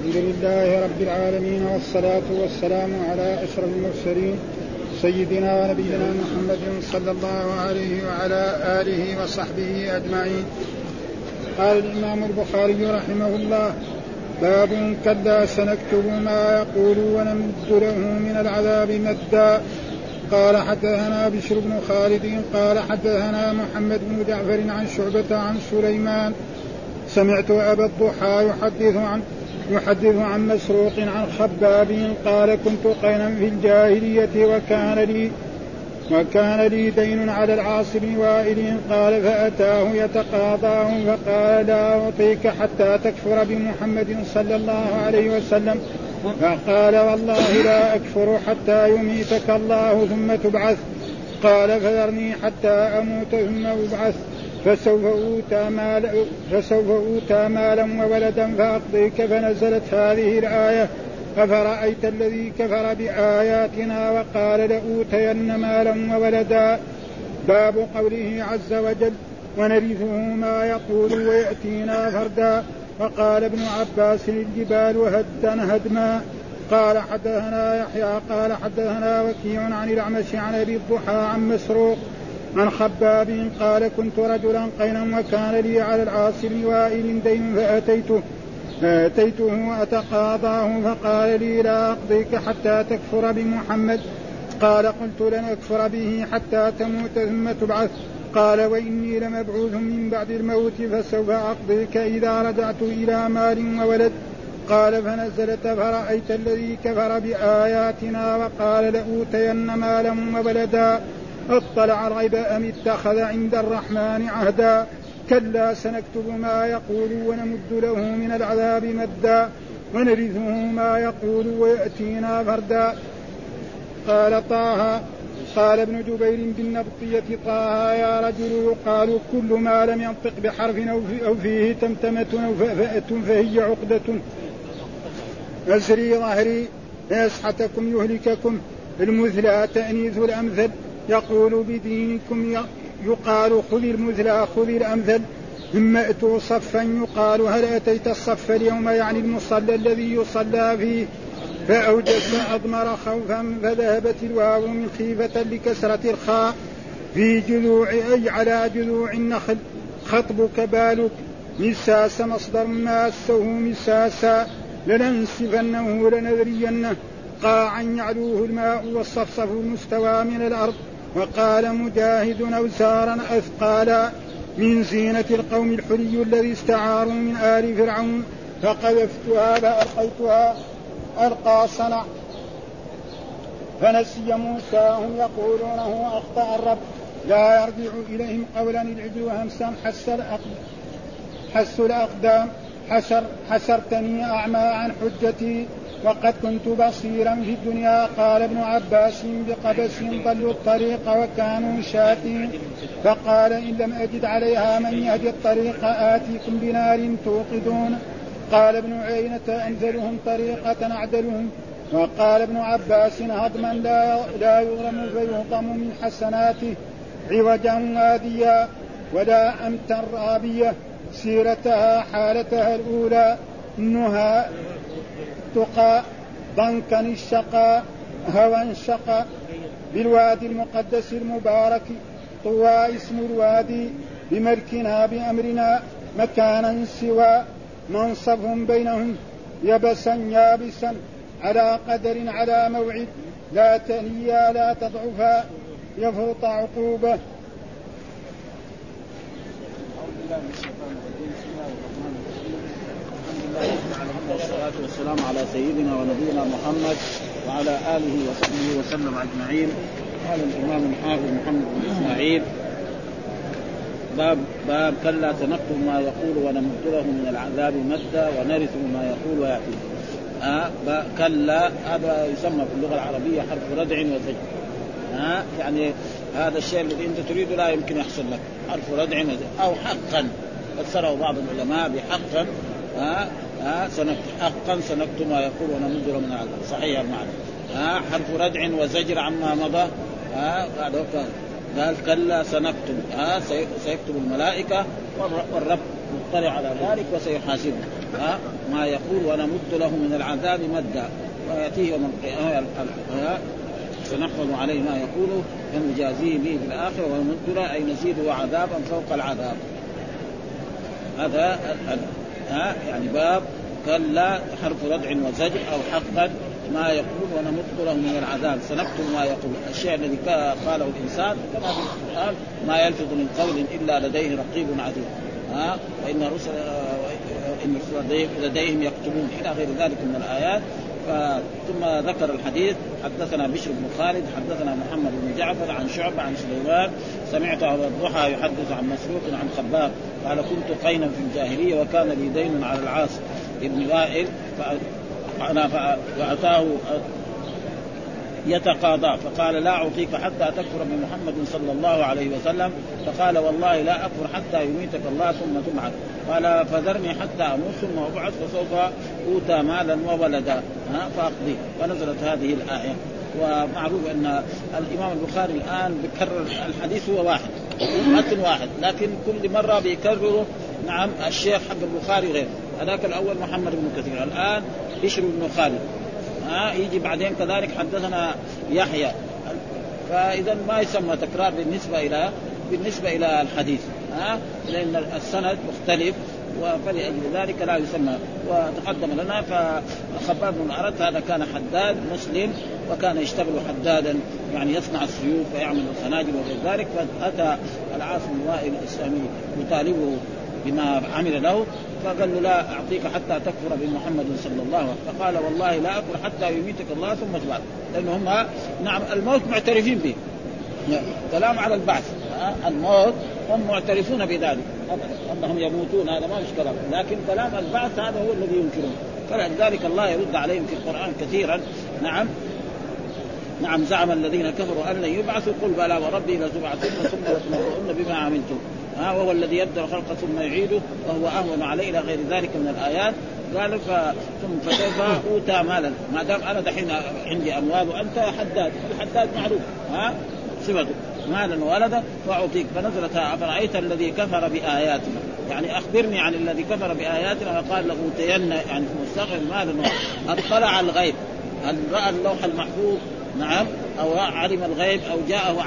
الحمد لله رب العالمين والصلاة والسلام على أشرف المرسلين سيدنا ونبينا محمد صلى الله عليه وعلى آله وصحبه أجمعين. قال الإمام البخاري رحمه الله: باب كلا سنكتب ما يقول ونمد له من العذاب مدا. قال حدثنا بشر بن خالد قال حدثنا محمد بن جعفر عن شعبة عن سليمان سمعت أبا الضحى يحدث عن مسروق عن خباب قال: كنت قينا في الجاهلية وكان لي دين على العاص بن وائل قال: فأتاه يتقاضاه فقال: لا أعطيك حتى تكفر بمحمد صلى الله عليه وسلم. فقال: والله لا أكفر حتى يميتك الله ثم تبعث. قال: فذرني حتى أموت ثم أبعث فسوف أوتى مالا وولدا فأقضيك. فنزلت هذه الآية: أفرأيت الذي كفر بآياتنا وقال لأوتين مالا وولدا. باب قوله عز وجل: ونرثه ما يقول ويأتينا فردا. وقال ابن عباس: الجبال هدا هدما. قال حدثنا يحيى قال حدثنا وكيع عن الأعمش عن أبي الضحى عن مسروق عن خباب قال: كنت رجلا قينا وكان لي على العاص بن وائل دين فأتيته أتقاضاه فقال لي: لا أقضيك حتى تكفر بمحمد. قال: قلت: لن أكفر به حتى تموت ثم تبعث. قال: وإني لمبعوث من بعد الموت فسوف أقضيك إذا رجعت إلى مال وولد. قال: فنزلت: فرأيت الذي كفر بآياتنا وقال لأوتين مالا وولدا. اطلع الغيب أم اتخذ عند الرحمن عهدا. كلا سنكتب ما يقول ونمد له من العذاب مدا ونرثه ما يقول ويأتينا فردا. قال طه: قال ابن جبير بالنبطية: طه يا رجل يقال كل ما لم ينطق بحرف أو فيه تمتمة أو فأفأة فهي عقدة أسري ظهري يسحتكم يهلككم. المثلى تأنيث الأمثل. يقول بدينكم يقال خذ المثلى خذ الأمثل. ثم أتوا صفا يقال هل أتيت الصف اليوم، يعني المصلى الذي يصلى فيه. فأوجس أضمر خوفا فذهبت الواو من خيفة لكسرة الخاء في جذوع أي على جذوع النخل. خطبك بالك. مساس مصدر ماسه مساسا. لننسفنه لنذرينه. قاعا يعلوه الماء والصفصف المستوى من الأرض. وقال مجاهد: أوزارا أثقالا. من زينة القوم الحلي الذي استعاروا من آل فرعون. فقذفتها فألقيتها ألقى صنع. فنسي موسى هم يقولونه أخطأ الرب لا يرجع إليهم قولا العجل همسا حس الأقدام. حسرتني أعمى عن حجتي وقد كنت بصيرا في الدنيا. قال ابن عباس: بقبس ضلوا الطريق وكانوا شاتين. فقال: إن لم أجد عليها من يهدي الطريق آتيكم بنار توقدون. قال ابن عيينة: أنزلهم طريقة أعدلهم. وقال ابن عباس: هضما لا يظلم فيهضم من حسناته عوجا واديا ولا أمتا رابية. سيرتها حالتها الأولى نهى تقى ضنكا الشقى هوى شقى. بالوادي المقدس المبارك طوى اسم الوادي. بملكنا بأمرنا مكانا سوى. منصب بينهم يبسا يابسا على قدر على موعد. لا تنيا لا تضعفا يفرط عقوبة. والصلاة والسلام على سيدنا ونبينا محمد وعلى آله وصحبه وسلم أجمعين. قال الإمام الحافظ محمد بن إسماعيل: باب كلا سنكتب ما يقول ونمد له من العذاب مدا ونرثه ما يقول ويأتي. كلا هذا يسمى في اللغة العربية حرف ردع وزجر. يعني هذا الشيء الذي أنت تريد لا يمكن يحصل لك، حرف ردع وزجر. أو حقا فسره بعض العلماء بحقا. حقا سنكتب ما يقول ونمد له من العذاب. صحيح المعنى. حرف ردع وزجر عما مضى. هذا قال كلا سنكتب. سيكتب الملائكة والرب مطلع على ذلك وسيحاسبه. ما يقول ونمد له من العذاب مدا ويأتيه يوم القيامة سنحفظ عليه ما يقوله فنجازيه به في الآخرة ونمد له أي نزيده عذابا فوق العذاب. هذا يعني باب كلا حرف ردع وزجر أو حقا ما يقول ونمد له من العذاب سنكتب ما يقول. الشيء الذي قاله الإنسان كما في القرآن ما يلفظ من قول إلا لديه رقيب عتيد وإن رسل لديهم يكتبون إلى غير ذلك من الآيات. ثم ذكر الحديث حدثنا بشر بن خالد حدثنا محمد بن جعفر عن شعبة عن سليمان سمعت أبا الضحى يحدث عن مسروق عن خباب قال كنت قينا في الجاهلية وكان لي دين على العاص ابن وائل فأتاه يتقاضى فقال لا أعطيك حتى تكفر بمحمد صلى الله عليه وسلم فقال والله لا أكفر حتى يميتك الله ثم تبعث قال فذرني حتى أموت ثم أبعث فسوف أوتى مالا وولدا فأقضي. فنزلت هذه الآية. ومعروف أن الإمام البخاري الآن بيكرر الحديث هو واحد متن واحد لكن كل مرة بيكرره الشيخ حق البخاري غير هذاك الأول محمد بن كثير الآن بشر بن خالد يجي بعدين كذلك حدثنا يحيى. فإذا ما يسمى تكرار بالنسبة إلى الحديث لأن السند مختلف فلأجل ذلك لا يسمى. وتقدم لنا فخباب بن أرد هذا كان حداد مسلم وكان يشتغل حدادا يعني يصنع السيوف ويعمل الخناجر وغير ذلك. فأتى العاص بن وائل الإسلامي يطالبه بما عمل له فقال له لا أعطيك حتى تكفر بمحمد صلى الله عليه وسلم فقال والله لا أكفر حتى يميتك الله ثم تبعث لأنهم الموت معترفين به كلام على البعث الموت هم معترفون بذلك أنهم يموتون هذا ما مش كلام لكن كلام البعث هذا هو الذي ينكرون. فلذلك الله يرد عليهم في القرآن كثيرا. نعم زعم الذين كفروا أن لن يبعثوا قل بلى وربي لتبعثن ثم لتنبؤن بما عملتم وهو الذي يبدأ الخلق ثم يعيده وهو أهون عليه إلى غير ذلك من الآيات. قال ثم فسوف أوتى مالا ما دام أنا دحين عندي أموال وأنت حداد الحداد معروف صفته مالا وولدا فأعطيك. فنزلت أفرأيت الذي كفر بآياتنا يعني أخبرني عن الذي كفر بآياتنا فقال لأوتين يعني في المستقبل مالا أطلع الغيب هل رأى اللوح المحفوظ أو علم الغيب أو جاءه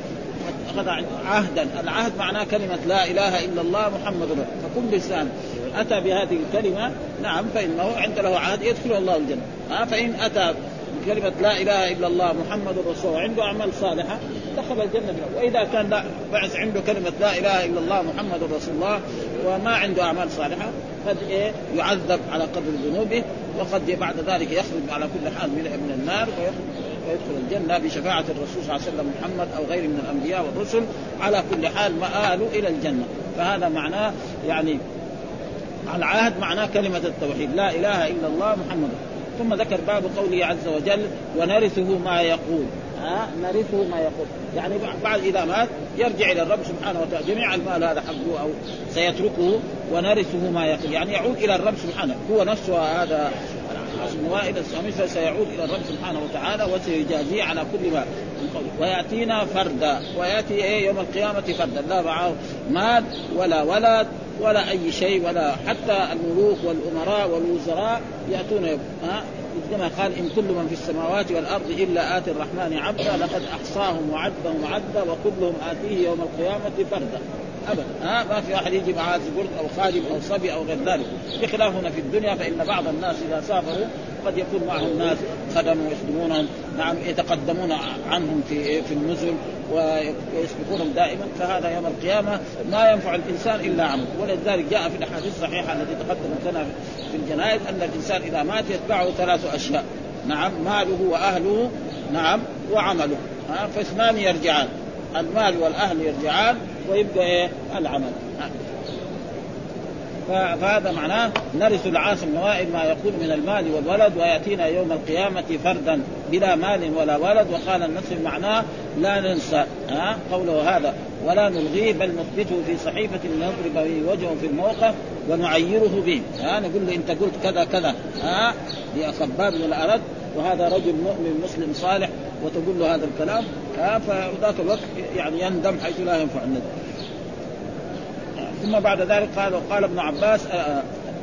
أخذ عهدا. العهد معناه كلمة لا إله إلا الله محمد رسول فكل لسان أتى بهذه الكلمة فإنه عند له عهد يدخل الله الجنة. فإن أتى بكلمة لا إله إلا الله محمد رسول عنده أعمال صالحة دخل الجنة. وإذا كان لا بعث عنده كلمة لا إله إلا الله محمد رسول الله وما عنده أعمال صالحة قد يعذب على قدر ذنوبه وقد بعد ذلك يخرج على كل حال من النار ويدخل الجنة بشفاعة الرسول صلى الله عليه وسلم محمد أو غيره من الأنبياء والرسل على كل حال مآله إلى الجنة. فهذا معناه يعني العهد معناه كلمة التوحيد لا إله إلا الله محمد. ثم ذكر باب قوله عز وجل ونرثه ما يقول نرثه ما يقول يعني بعد إذا مات يرجع إلى الرب سبحانه وتعالى جميع المال هذا حقه أو سيتركه ونرثه ما يقول يعني يعود إلى الرب سبحانه هو نفسه هذا وائل السامي سيعود إلى الرب سبحانه وتعالى وسيجازيه على كل ما ويأتينا فردا ويأتي يوم القيامة فردا لا معه مال ولا ولد ولا أي شيء ولا حتى الملوك والأمراء والوزراء يأتون كما قال إن كل من في السماوات والأرض إلا آتي الرحمن عبدا لقد أحصاهم وعدهم عدا وكلهم آتيه يوم القيامة فردا أبدا ما في أحد يجي معاه زبرد أو خادم أو صبي أو غير ذلك. بخلافنا في الدنيا فإن بعض الناس إذا سافروا قد يكون معهم ناس خدموا ويخدمونهم يتقدمون عنهم في النزل ويسبقونهم دائما. فهذا يوم القيامة ما ينفع الإنسان إلا عمله. ولذلك جاء في الأحاديث الصحيحة التي تقدمت لنا في الجنائز أن الإنسان إذا مات يتبعه 3 أشياء ماله وأهله وعمله فاثنان يرجعان المال والأهل يرجعان ويبقى العمل. فهذا معناه نرث العاص بن وائل ما يقول من المال والولد ويأتينا يوم القيامة فردا بلا مال ولا ولد. وقال النصر معناه لا ننسى قوله هذا ولا نلغيه بل نثبته في صحيفة نضرب به وجهه في الموقف ونعيره به نقول له أنت قلت كذا كذا لخباب بن الأرد وهذا رجل مؤمن مسلم صالح وتقول له هذا الكلام فذاك الوقت يعني يندم حيث لا ينفع الندم. ثم بعد ذلك قال ابن عباس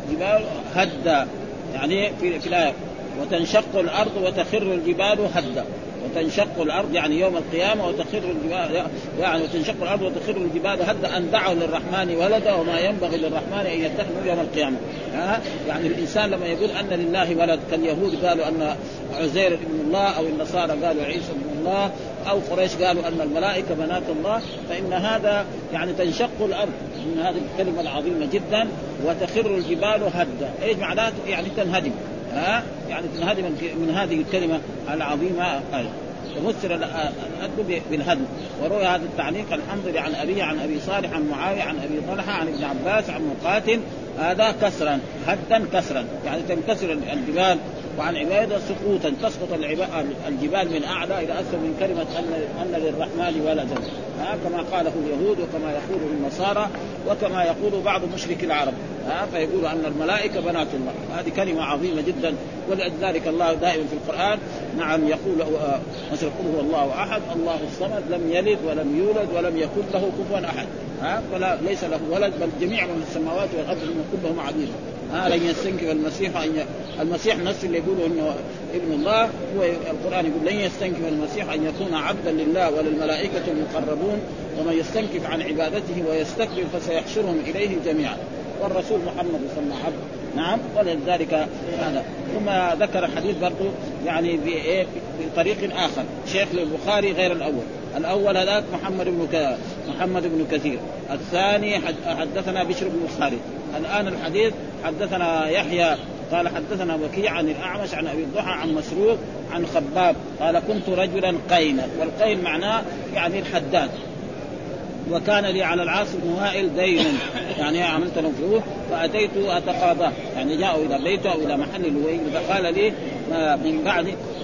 الجبال هدا، يعني في الآية وتنشق الأرض وتخر الجبال هدا، وتنشق الأرض يعني يوم القيامة وتخر الجبال، يعني وتنشق الأرض وتخر الجبال هدا أن دعوا للرحمن ولدا وما ينبغي للرحمن أن يتخذ يوم القيامة. يعني الإنسان لما يقول أن لله ولد، كاليهود قالوا أن عزير ابن الله، أو النصارى قالوا عيسى ابن الله، أو قريش قالوا أن الملائكة بنات الله، فإن هذا يعني تنشق الأرض من هذه الكلمة العظيمة جدا، وتخر الجبال هدا، إيش معناته؟ يعني تنهدم، يعني تنهدم من هذه الكلمة العظيمة. ومثل الأدب بالهدم. وروي هذا التعليق الحنظلي عن أبي عن أبي صالح عن معاوية عن أبي طلحة عن ابن عباس عن مقاتل هذا كسرا، هدا كسرا يعني تنكسر الجبال. وعن عبادة سقوطا، تسقط الجبال من أعلى إلى أسفل من كلمة أن للرحمن ولدا، كما قاله اليهود وكما يقول النصارى وكما يقول بعض مشرك العرب، فيقول أن الملائكة بنات الله. هذه كلمة عظيمة جدا، ولذلك الله دائما في القرآن نعم يقول مثل قل هو الله أحد الله الصمد لم يلد ولم يولد ولم يكن له كفوا أحد، فلا ليس له ولد بل جميع من السماوات والأرض كلهم عبيد. لن يستنكف المسيح المسيح نفسه اللي يقوله انه ابن الله، هو القرآن يقول لن يستنكف المسيح ان يكون عبدا لله وللملائكة المقربون ومن يستنكف عن عبادته ويستكبر فسيحشرهم اليه جميعا. والرسول محمد صلى الله عليه وسلم نعم. ولذلك هذا ثم ذكر الحديث برضو يعني بطريق آخر شيخ للبخاري غير الأول هذاك محمد بن كثير، الثاني حدثنا بشر بن الحارث. الآن الحديث حدثنا يحيى قال حدثنا وكيع عن الأعمش عن أبي الضحى عن مسروق عن خباب قال كنت رجلا قينا، والقين معناه يعني الحداد، وكان لي على العاص بن وائل دين يعني عملت له فلوس فأتيت أتقاضاه، يعني جاءوا إلى بيته أو إلى محل الويل فقال لي من بعد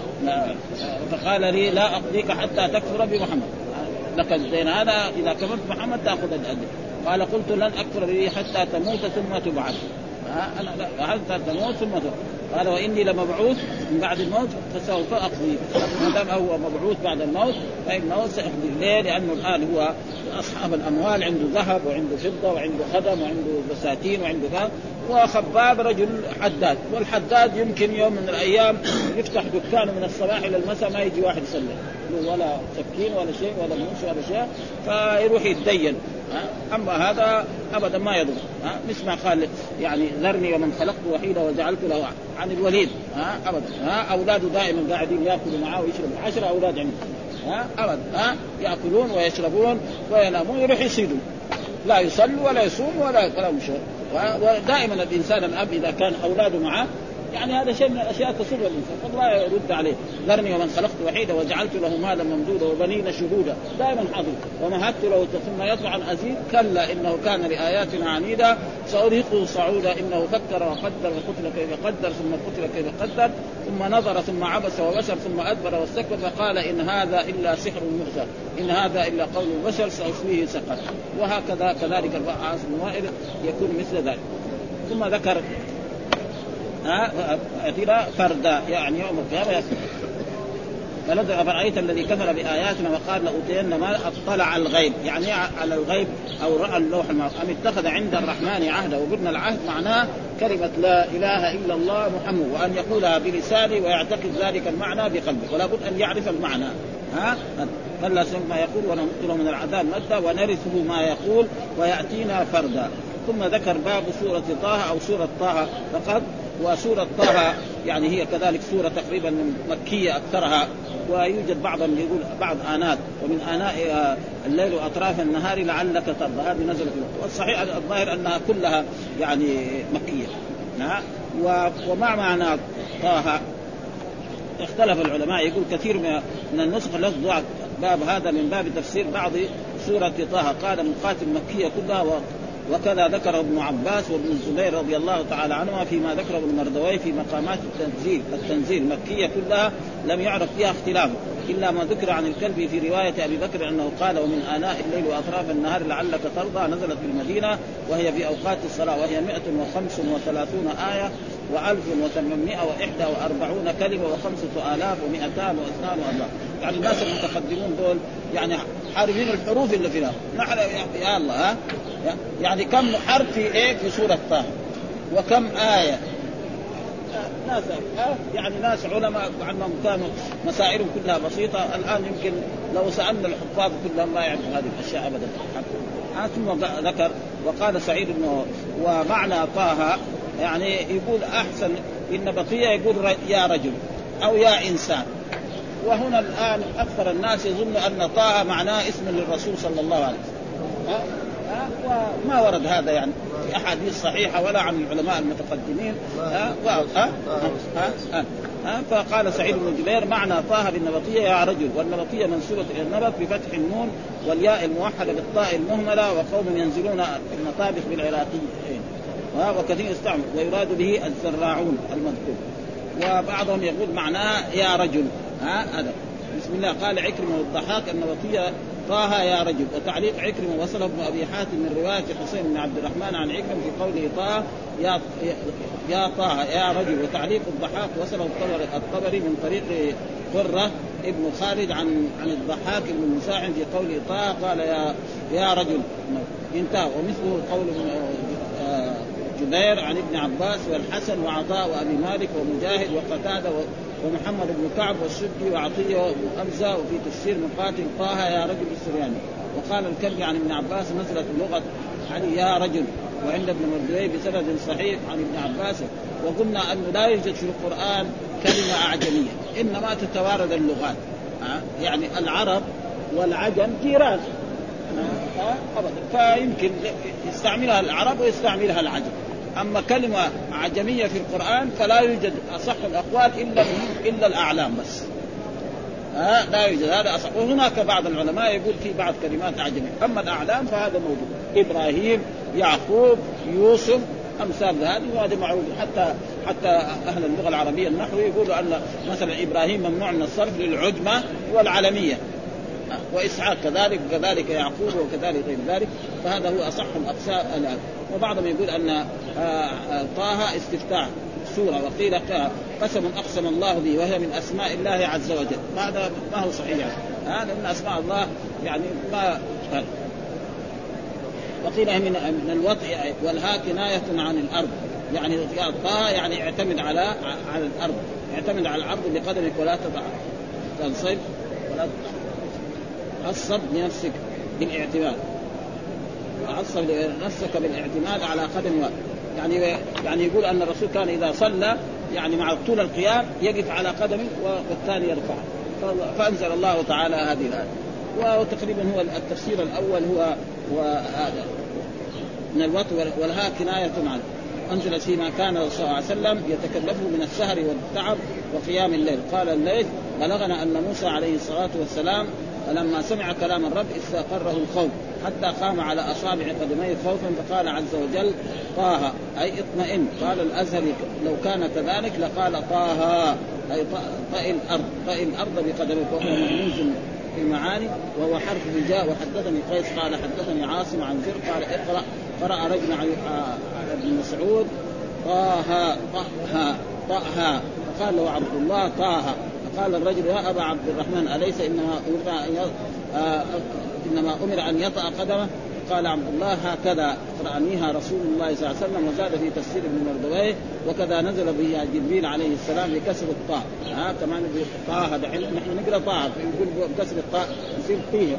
فقال لي لا أقضيك حتى تكفر بمحمد، لك الدين هذا إذا كفرت محمد تأخذ الدين. قال قلت لن أكفر به حتى تموت ثم تبعث، أنا حتى تموت ثم تبعث. قال وإني لمبعوث من بعد الموت فسوف أقضي، ما دام هو مبعوث بعد الموت فإنه سيقضي. ليه؟ لأنه الآن هو أصحاب الأموال عنده ذهب وعنده فضة وعنده خدم وعنده بساتين وعنده كذا، وخباب رجل حداد، والحداد يمكن يوم من الأيام يفتح دكانه من الصباح إلى المساء ما يجي واحد يسلم ولا سكين ولا شيء ولا منش ولا شيء، فيروح يتدين. أما هذا أبدا ما يضر، مثل ما قال يعني ذرني ومن خلقت وحيدا وجعلت له عن الوليد أبدا. أولاده دائما قاعدين يأكلوا معاه ويشربوا، 10 أولاد عنده أبدا يأكلون ويشربون وينامون، يروح يصيدون، لا يصلي ولا يصوم ولا مشهر. ودائما الإنسان الأب إذا كان أولاده معه يعني هذا شيء من الأشياء تصيب الإنسان، فالله يرد عليه ذرني ومن خلقت وحيدا وجعلت له مالا ممدودا وبنين شهودا دائما حاضر ومهدت له ثم يطمع أزيد كلا إنه كان لآياتنا عنيدا سأرهقه صعودا إنه فكر وقدر وقتل كيف قدر ثم قتل كيف قدر ثم نظر ثم عبس وبشر ثم أدبر واستكبر فقال إن هذا إلا سحر مؤثر إن هذا إلا قول البشر سأصليه سقر. وهكذا كذلك العاص بن وائل يكون مثل ذلك. ثم ذكر أتينا فردا يعني يوم القيامة فلذ أفرأيت الذي كفر بآياتنا وقال لأوتين ما اطلع الغيب يعني على الغيب أو رأى اللوح المحفوظ أم اتخذ عند الرحمن عهدا. وقلنا العهد معناه كلمة لا إله إلا الله محمد، وأن يقولها بلسانه ويعتقد ذلك المعنى بقلبه، ولا بد أن يعرف المعنى. كلا سمع ما يقول ونمد من العذاب مدا ونرثه ما يقول ويأتينا فردا. ثم ذكر باب سورة طه أو سورة طه فقط. وسورة طه يعني هي كذلك سورة تقريبا مكية أكثرها، ويوجد بعضهم يقول بعض آنات ومن آناء الليل وأطراف النهار لعلك ترضى، هذه نزلت والصحيح الظاهر أنها كلها يعني مكية. ومع معنى طه اختلف العلماء، يقول كثير من النسخ لفظ باب هذا من باب تفسير بعض سورة طه، قال من قاتل مكية كلها وكذا ذكره ابن عباس وابن الزبير رضي الله تعالى عنهما فيما ذكره المردوي في مقامات التنزيل مكية كلها لم يعرف فيها اختلاف إلا ما ذكر عن الكلب في رواية أبي بكر أنه قال ومن آناء الليل وأطراف النهار لعلك ترضى نزلت في المدينة وهي في أوقات الصلاة وهي 135 آية و1841 كلمة و5242. يعني الناس المتقدمون دول يعني حاربين الحروف اللي فيها نحن يا الله يعني كم حرف في ايه في سورة طه وكم آية. ناس يعني ناس علماء عنهم كانوا مسائلهم كلها بسيطة، الآن يمكن لو سألنا الحفاظ كلهم ما يعرفوا هذه الأشياء أبدا. ثم ذكر وقال سعيد إنه ومعنى طه يعني يقول أحسن إن بقية يقول يا رجل أو يا إنسان. وهنا الآن أكثر الناس يظن أن طه معناه اسم للرسول صلى الله عليه وسلم، وما ورد هذا يعني في أحاديث صحيحة ولا عن العلماء المتقدمين. فقال سعيد بن جبير معنى طه بالنبطية يا رجل، والنبطية منسوبة إلى النبط بفتح النون والياء الموحدة بالطاء المهملة، وقوم ينزلون المطابخ بالعراقيين وكثير يستعمل، ويراد به الزراعون المذكور. وبعضهم يقول معناه يا رجل. هذا بسم الله. قال عكرمة والضحاك النبطية طه يا رجل. وتعليق عكرمة وصله ابن أبي حاتم من رواية حسين بن عبد الرحمن عن عكرمة في قوله طه يا طه يا رجل. وتعليق الضحاك وصله الطبري من طريق قرة ابن خالد عن الضحاك بن مساعد في قوله طه قال يا رجل انتهى. ومثله قول جبير عن ابن عباس والحسن وعطاء وأبي مالك ومجاهد وقتادة ومحمد بن كعب والسدي وعطية وأمزة. وفي تفسير مقاتل طه يا رجل السرياني. وقال الكلبي عن ابن عباس نزلت لغة علي يا رجل. وعند ابن مردوي بسند صحيح عن ابن عباس. وقلنا أنه لا يوجد في القرآن كلمة أعجمية، إنما تتوارد اللغات. يعني العرب والعجم جيران فيمكن يستعملها العرب ويستعملها العجم. أما كلمة عجمية في القرآن فلا يوجد أصح الأقوال إلا الأعلام بس. لا يوجد هذا أصح. وهناك بعض العلماء يقول في بعض كلمات أعجمية، أما الأعلام فهذا موجود، إبراهيم يعقوب يوسف أمثال هذه، وهذا معروف. حتى أهل اللغة العربية النحو يقولوا أن مثلا إبراهيم ممنوع من الصرف للعجمة والعلمية، وإسحاق كذلك وكذلك يعقوب وكذلك غير ذلك. فهذا هو أصح الأقسام. وبعضهم يقول أن طه استفتاح سورة، وقيل قسم أقسم الله به وهي من أسماء الله عز وجل. هذا ما هو صحيح، هذا من أسماء الله يعني ما. وقيل من الوطء والها كناية عن الأرض، يعني طه يعني اعتمد على الأرض، اعتمد على الأرض بقدمك ولا تنصب ولا عصب لنفسك بالاعتماد، عصب نفسك بالاعتماد على قدم واحد. يعني يقول أن الرسول كان إذا صلى يعني مع طول القيام يقف على قدمه والثاني يرفع. فأنزل الله تعالى هذه الآية. وتقريبا هو التفسير الأول هو من الوطء والها كناية عنه. أنزل فيما كان صلى الله عليه وسلم يتكلفه من السهر والتعب وقيام الليل. قال الليل بلغنا أن موسى عليه الصلاة والسلام لما سمع كلام الرب استقره الخوف حتى قام على أصابع قدميه خوفا، فقال عز وجل طه أي اطمئن. قال الأزهري لو كان كذلك لقال طه أي طئ الأرض بقدمك، وهو مهموز في المعاني وهو حرف هجاء. وحدثني قيس قال حدثني عاصم عن زر قال اقرأ. قرأ رجل على ابن مسعود طه فقال له عبد الله طه. فقال الرجل يا أبا عبد الرحمن أليس إنما أمر أن يطأ قدمه؟ قال عبد الله هكذا أقرأنيها رسول الله صلى الله عليه وسلم. وزاد في تفسير ابن مردويه وكذا نزل به جبريل عليه السلام بكسر الطاء. كمان طه نحن نقرأ طه يقول بكسر الطاء يصير فيه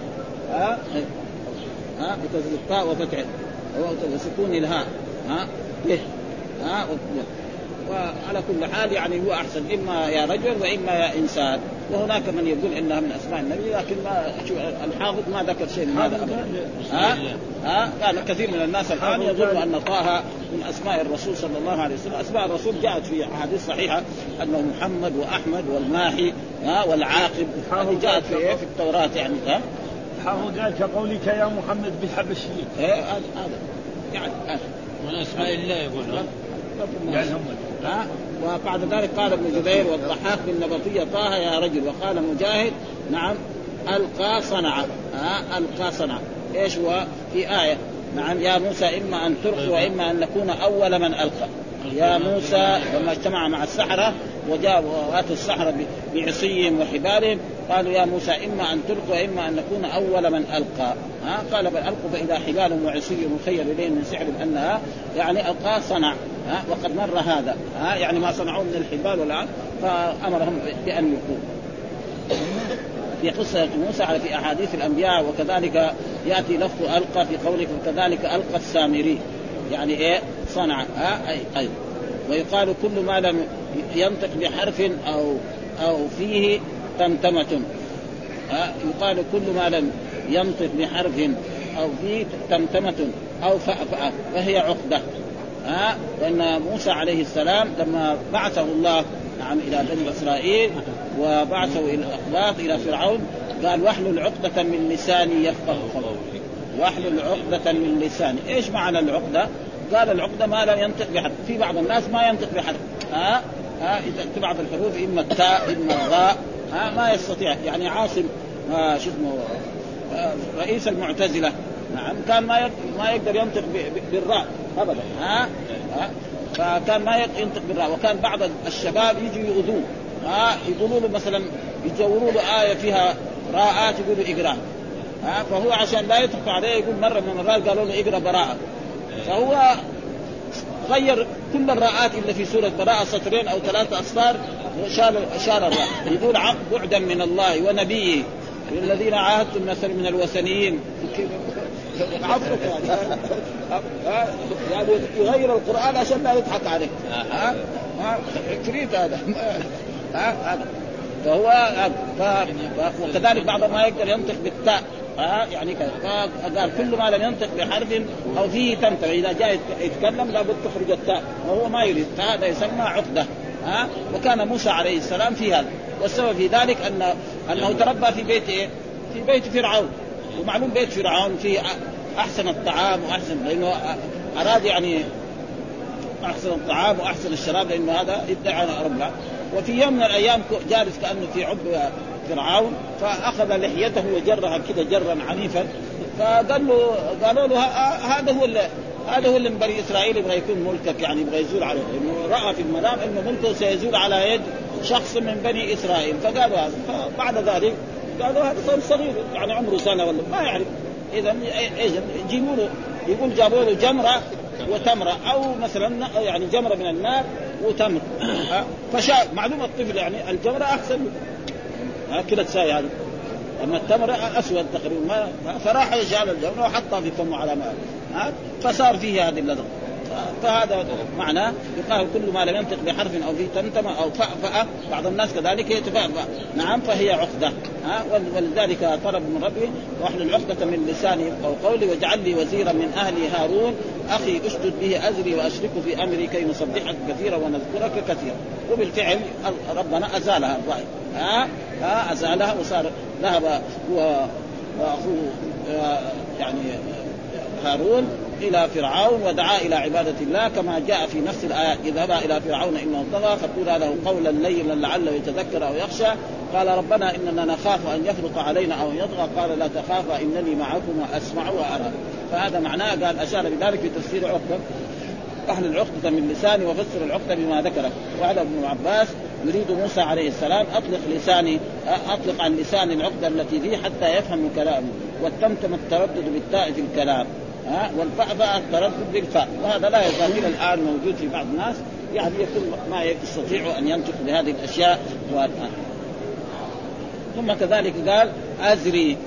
بكسر الطاء وفتح وسكون الهاء به وعلى كل حال يعني هو أحسن، إما يا رجل وإما يا إنسان. وهناك من يقول إنها من أسماء النبي، لكن الحافظ ما ذكر شيء من هذا أبدا. كان كثير من الناس الآن يظن أن طه من أسماء الرسول صلى الله عليه وسلم. أسماء الرسول جاءت في أحاديث صحيحة أنه محمد وأحمد والماحي والعاقب، هذه جاءت في التوراة يعني. الحافظ قال كقولك يا محمد بالحبشيين. هذا يعني من أسماء الله يقول وبعد ذلك قال ابن جبير والضحاك بالنبطية طه يا رجل. وقال مجاهد نعم ألقى صنع. ألقى صنع إيش هو في آية نعم يا موسى إما أن تلقي وإما أن نكون أول من ألقى. يا موسى لما اجتمع مع السحرة وآتوا السحرة بعصيهم وحبالهم قالوا يا موسى إما أن تلقوا وإما أن نكون أول من ألقى. قال بل ألقوا فإذا حبالهم وعصيهم مخير إليهم من سحر أنها يعني ألقى صنع. وقد مر هذا يعني ما صنعوا من الحبال والعن، فأمرهم بأن يلقوا. في قصة موسى في أحاديث الأنبياء، وكذلك يأتي لفظ ألقى في قولك وكذلك ألقى السامري، يعني صنع أي. ويقال كل ما لم ينطق بحرف أو فيه تمتمة، يقال كل ما لم ينطق بحرف أو فيه تمتمة أو فأفأ فهي عقدة. لأن موسى عليه السلام لما بعثه الله إلى بني إسرائيل وبعثه إلى الأخلاق إلى فرعون قال واحلل عقدة من لساني يفقه قولي. واحلل عقدة من لساني، إيش معنى العقدة؟ قال العقدة ما لا ينطق بحرف. في بعض الناس ما ينطق بحرف، إذا بعض الحروف إما التاء إما الراء ما يستطيع. يعني عاصم شو اسمه رئيس المعتزلة كان ما يقدر ينطق بالراء أبدا، فكان ما ينطق بالراء. وكان بعض الشباب يجي يؤذوه، يقولوا له مثلا يجوروا له آية فيها راءات يقولوا اقرأ، فهو عشان لا يطلق عليه يقول مرة من المرات قالوا له اقرأ براءة، فهو غير كل الراءات إلا في سورة براءة سطرين أو 3 أسطار شال الراء، يقول بعدا من الله ونبيه الذين عاهدتم مثل من الوثنيين عفوا يعني يغير القرآن عشان لا يضحك عليه. كريت هذا فهو وكذلك بعض ما يقدر ينطق بالتاء، يعني كذا. فقال كل ما لم ينطق بحرف أو فيه تمتم، إذا جاء يتكلم لابد تخرج التاء وهو ما يريد، فهذا يسمى عقدة. وكان موسى عليه السلام في هذا، والسبب في ذلك أنه تربى في بيت في بيت فرعون، ومعلوم بيت فرعون فيه أحسن الطعام وأحسن، لأنه أراد يعني أحسن الطعام وأحسن الشراب، لأنه هذا ادعى ربنا. وفي يوم من الأيام جالس كأنه في عب فرعون فأخذ لحيته وجرها كده جرا عنيفا، قالوا له هذا هو اللي من بني إسرائيل يبغى يكون ملكك، يعني يبغى يزول عليه، لأنه رأى في المنام إنه ملكه سيزول على يد شخص من بني إسرائيل. فقالوا هذا، فبعد ذلك قالوا هذا صغير يعني عمره سنة ولا ما يعرف. إذا يجيبوا له، يقول جابوا له جمرة وتمرة، أو مثلا يعني جمرة من النار وتمر، فشاء معلومة الطفل يعني الجمرة أحسن كده تساوي هذا، أما التمر أسود تقريبا، فراح يجعل الجمرة وحطها في فمه على ماء، فصار فيه هذه اللذة. فهذا معناه يقال كل ما لم ينطق بحرف أو فيه تمتم أو فأفأ، بعض الناس كذلك يتفأفأ، فهي عقدة. ولذلك طلب من ربي واحلل عقدة من لساني أو قولي واجعل لي وزيرا من أهلي هارون أخي أشدد به أزري وأشركه في أمري كي نسبحك كثيرا ونذكرك كثيرا. وبالفعل ربنا أزالها الرأي، أزالها وصار ذهب هو وأخوه يعني هارون إلى فرعون ودعا إلى عبادة الله، كما جاء في نفس الآيات اذهبا إلى فرعون إنه طغى فقولا له قولا لينا لعله يتذكر أو يخشى قال ربنا إننا نخاف أن يفرط علينا أو يطغى قال لا تخافا إنني معكم وأسمع وأرى. فهذا معناه قال أشار بذلك في تفسير عقدة أهل العقدة من لساني وفسر العقدة بما ذكره. وعلى ابن عباس يريد موسى عليه السلام أطلق عن لسان العقدة التي فيه حتى يفهم كلامه، والتمتم التردد بالتاء في الكلام، والفأفأ التردد بالفاء، وهذا لا يزال إلى الآن موجود في بعض الناس، يعني يكون ما يستطيع أن ينطق بهذه الأشياء. ثم كذلك قال أزري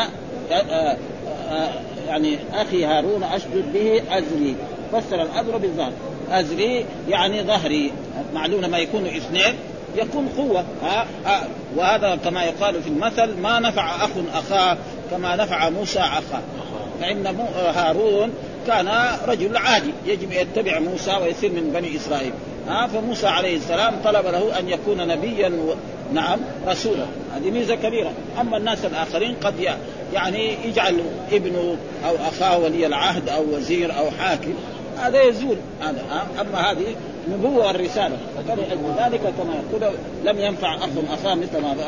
يعني أخي هارون أشدد به أزري، فسر الأذر بالظهر، أزري يعني ظهري، معلوم ما يكون اثنين يكون قوة، وهذا كما يقال في المثل ما نفع أخ أخاه كما نفع موسى أخاه. فإن هارون كان رجل عادي يجب يتبع موسى ويصير من بني إسرائيل، فموسى عليه السلام طلب له أن يكون نبيا رسولا، هذه ميزة كبيرة. أما الناس الآخرين قد يعني يجعل ابنه أو أخاه ولي العهد أو وزير أو حاكم، هذا يزول هذا. أما هذه نبوة والرسالة، ذلك كما يقول لم ينفع أخ أخاه مثل ما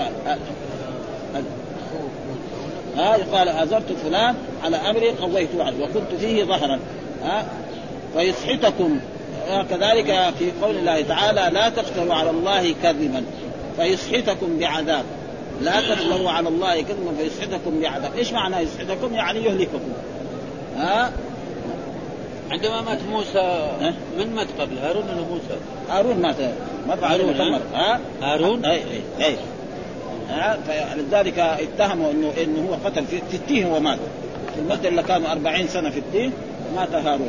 قال أزرت فلان على أمري قويته عنه وكنت فيه ظهرا، فيسحتكم. كذلك في قول الله تعالى لا تفتروا على الله كذبا فيسحتكم بعذاب، لا تفتروا على الله كذبا فيسحتكم بعذاب. إيش معنى يسحتكم؟ يعني يهلككم. عندما مات موسى من مات قبل هارون ولا موسى؟ هارون مات هارون. هارون اي فلذلك اتهموا انه هو قتل في التيه ومات في المدة اللي كانوا 40 سنة في التيه مات هارون.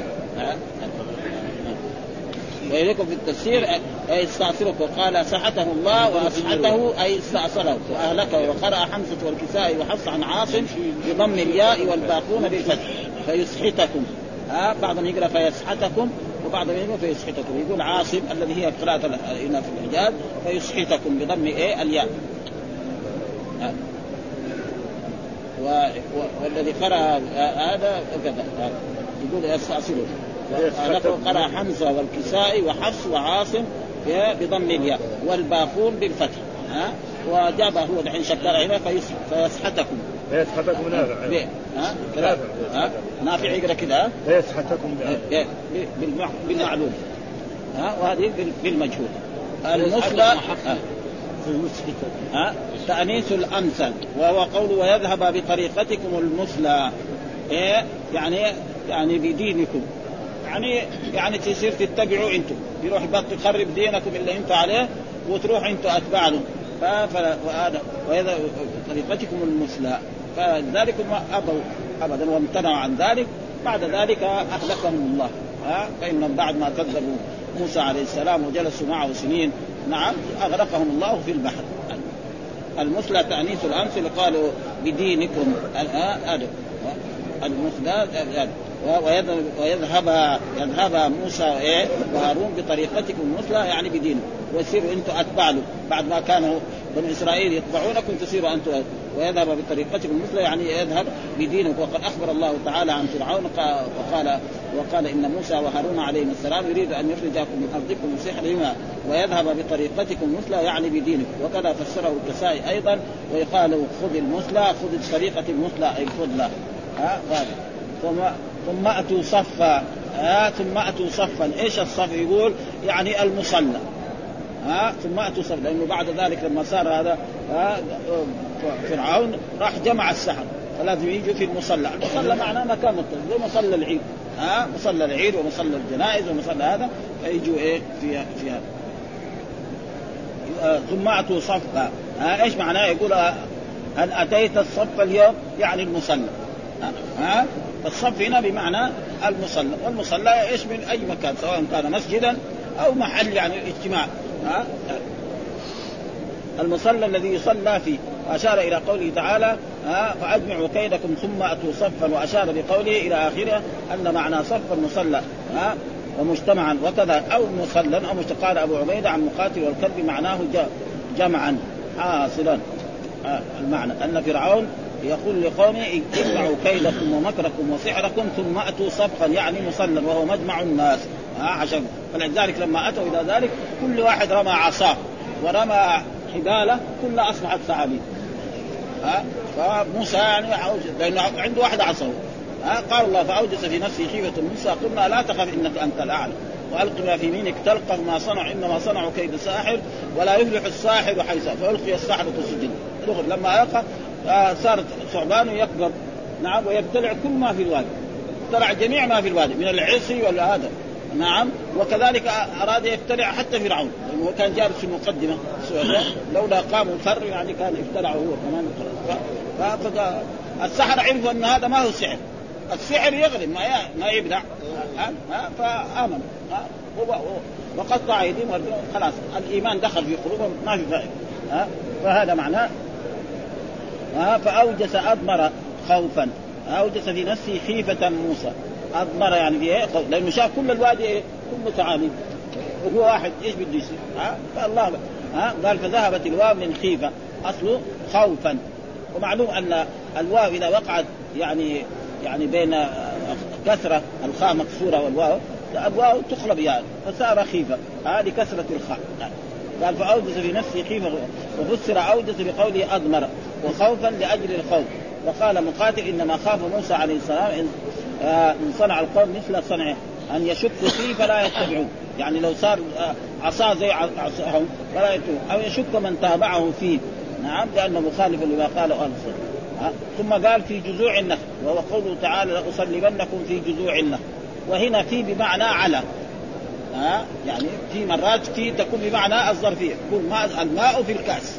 وإليكم في التفسير أي استعصره وقال سحته الله وأسحته أي استعصره وأهلكه. وقرأ حمزة والكسائي وحفص عن عاصم بضم الياء والباقون بالفتح فيسحتكم. بعضهم يقرأ فيسحتكم وبعضهم يقرأ فيسحتكم. يقول عاصم الذي هي قراءة هنا في الحجاز فيسحتكم بضم الياء. والذي قرأ هذا كذا يقول يستعصره. قرأ حمزة والكسائي وحفص وعاصم بضم الياء والباقون بالفتح. وجابه هو دحين شكر هنا فيسحتكم. فيسحتكم نافع يقرأ كده فيسحتكم بالمعلوم وهذه بالمجهول. المثلى تأنيث الأمثل وهو قول ويذهب بطريقتكم المثلى يعني بدينكم يعني تصير تتبعوا انتم يروح يخرب دينكم اللي انتم عليه وتروح انتم اتباعهم وهذا وهذا طريقتكم المثلى. فذلك ما ابوا ابدا وامتنعوا عن ذلك. بعد ذلك اهلكهم الله. فإنهم بعد ما كذبوا موسى عليه السلام وجلسوا معه سنين اغرقهم الله في البحر. المثلى تأنيث الأمثل قالوا بدينكم المثلى ويذهب موسى وهارون بطريقتكم المثلى يعني بدينه ويصيروا انتم اتباع له. بعد ما كانوا بني اسرائيل يتبعونكم تصيروا انتم. ويذهب بطريقتكم المثلى يعني يذهب بدينك. وقد اخبر الله تعالى عن فرعون وقال ان موسى وهارون عليهم السلام يريد ان يخرجكم من ارضكم بسحرهما ويذهب بطريقتكم المثلى يعني بدينك. وكذا فسره الكسائي ايضا ويقال خذ المثلى خذ الطريقه المثلى اي الفضلى. ثم أتوا صفا. ثم أتوا صفا. إيش الصف؟ يقول يعني المصلى. ثم أتوا صفا لأنه بعد ذلك لما صار هذا فرعون راح جمع السحر فلازم يجوا في المصلى. المصلى معناه مكان زي مصلى العيد. مصلى العيد ومصلى الجنائز ومصلى هذا فيجوا في هذا. ثم أتوا صفا. إيش معناه؟ يقول هل أتيت الصف اليوم يعني المصلى. الصف هنا بمعنى المصلى. والمصلى ايش من اي مكان سواء كان مسجدا او محل يعني اجتماع. المصلى الذي يصلى فيه. واشار الى قوله تعالى فاجمعوا كيدكم ثم اتوا صفا. واشار بقوله الى اخره ان معنى صف المصلى ومجتمعا وكذا او مصلى او مشتقال. ابو عبيده عن مقاتل والكلب معناه جمعا حاصلا. المعنى ان فرعون يقول لقومه اجمعوا كيدكم ومكركم وسحركم ثم أتوا صفا يعني مصلى وهو مجمع الناس. عشان فلذلك لما أتوا إلى ذلك كل واحد رمى عصاه ورمى حباله كلها أصبحت ثعابين. فموسى يعني لأنه عنده واحد عصاه. قال الله فأوجس في نفسه خيفة موسى قلنا لا تخف إنك أنت الأعلى وألق ما في يمينك تلقف ما صنعوا إنما صنعوا كيد ساحر ولا يفلح الساحر حيث فألقي السحرة سجدا. لما ألقى صارت ثعبان يكبر ويبتلع كل ما في الوادي. ابتلع جميع ما في الوادي من العصي والهذا. وكذلك أراد يبتلع حتى فرعون لأنه كان جالس في المقدمة لولا قاموا فر يعني كان ابتلعه هو كمان. السحر عرفوا أن هذا ما هو سحر. السحر يغلب ما يبدع. فآمن وقطع أيديهم خلاص الإيمان دخل في قلوبهم ما في فائدة. فهذا معناه. فأوجس أضمر خوفا. أوجس في نفسه خيفة موسى. أضمر يعني فيه لأنه شاف كل الوادي كله تعالي وهو واحد إيش بده يصير. فالله قال فذهبت الواو من خيفة أصله خوفا. ومعلوم أن الواو إذا وقعت يعني بين كسرة الخاء مكسورة والواو الواو تقلب يعني فصار خيفة. هذه كسرة الخاء. قال فأوجس في نفسه خيفة وفسر أوجس بقوله أضمر وخوفا لأجل الخوف. وقال مقاتل إنما خاف موسى عليه السلام إن صنع القوم مثل صنعه أن يشكوا فيه فلا يتبعون. يعني لو صار عصا زي عصاهم فلا يتبعون أو يشك من تابعه فيه. لأنه مخالف لما قاله أهل السنة. ثم قال في جذوع النخل وهو قوله تعالى لأصلبنكم في جذوع النخل. وهنا في بمعنى على. يعني في مرات في تكون بمعنى الظرفية، يكون الماء في الكأس،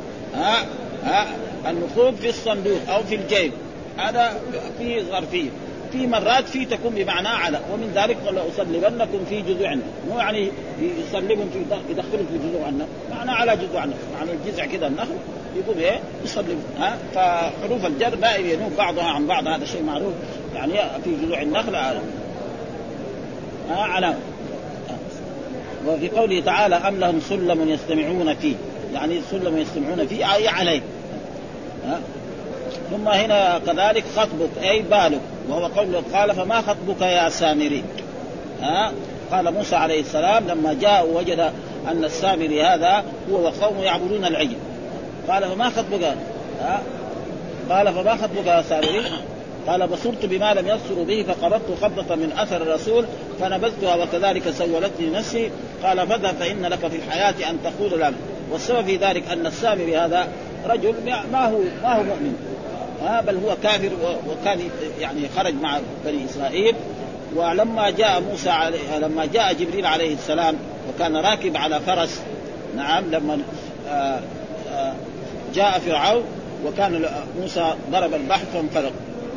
النقود في الصندوق أو في الجيب، هذا في ظرفية. في مرات في تكون بمعنى على، ومن ذلك قال أصلبنكم في جذوع النخل، مو يعني يصلبهم في يدخلهم في جذوع النخل، معنى على جذوع النخل، معنى الجذع كده النخل يقول إيه يصلب. فحروف الجر دائما ينوب بعضها عن بعض، هذا شيء معروف، يعني في جذوع النخل على. وفي قوله تعالى أم لهم سلم يستمعون فيه، يعني سلم يستمعون فيه أي عليه. ثم هنا كذلك خطبك أي بالك، وهو قوله قال فما خطبك يا سامري. قال موسى عليه السلام لما جاء وجد أن السامري هذا هو وقومه يعبدون العجل، قال فما خطبك؟ قال فما خطبك يا سامري؟ قال بصرت بما لم يبصروا به فقبضت قبضة من أثر الرسول فنبذتها وكذلك سولتني نفسي. قال فاذهب فإن لك في الحياة أن تقول لا. والسبب في ذلك أن السامري هذا رجل ما هو مؤمن، بل هو كافر، وكان يعني خرج مع بني إسرائيل. ولما جاء جبريل عليه السلام وكان راكب على فرس، نعم، لما جاء فرعون وكان موسى ضرب البحر فانفلق،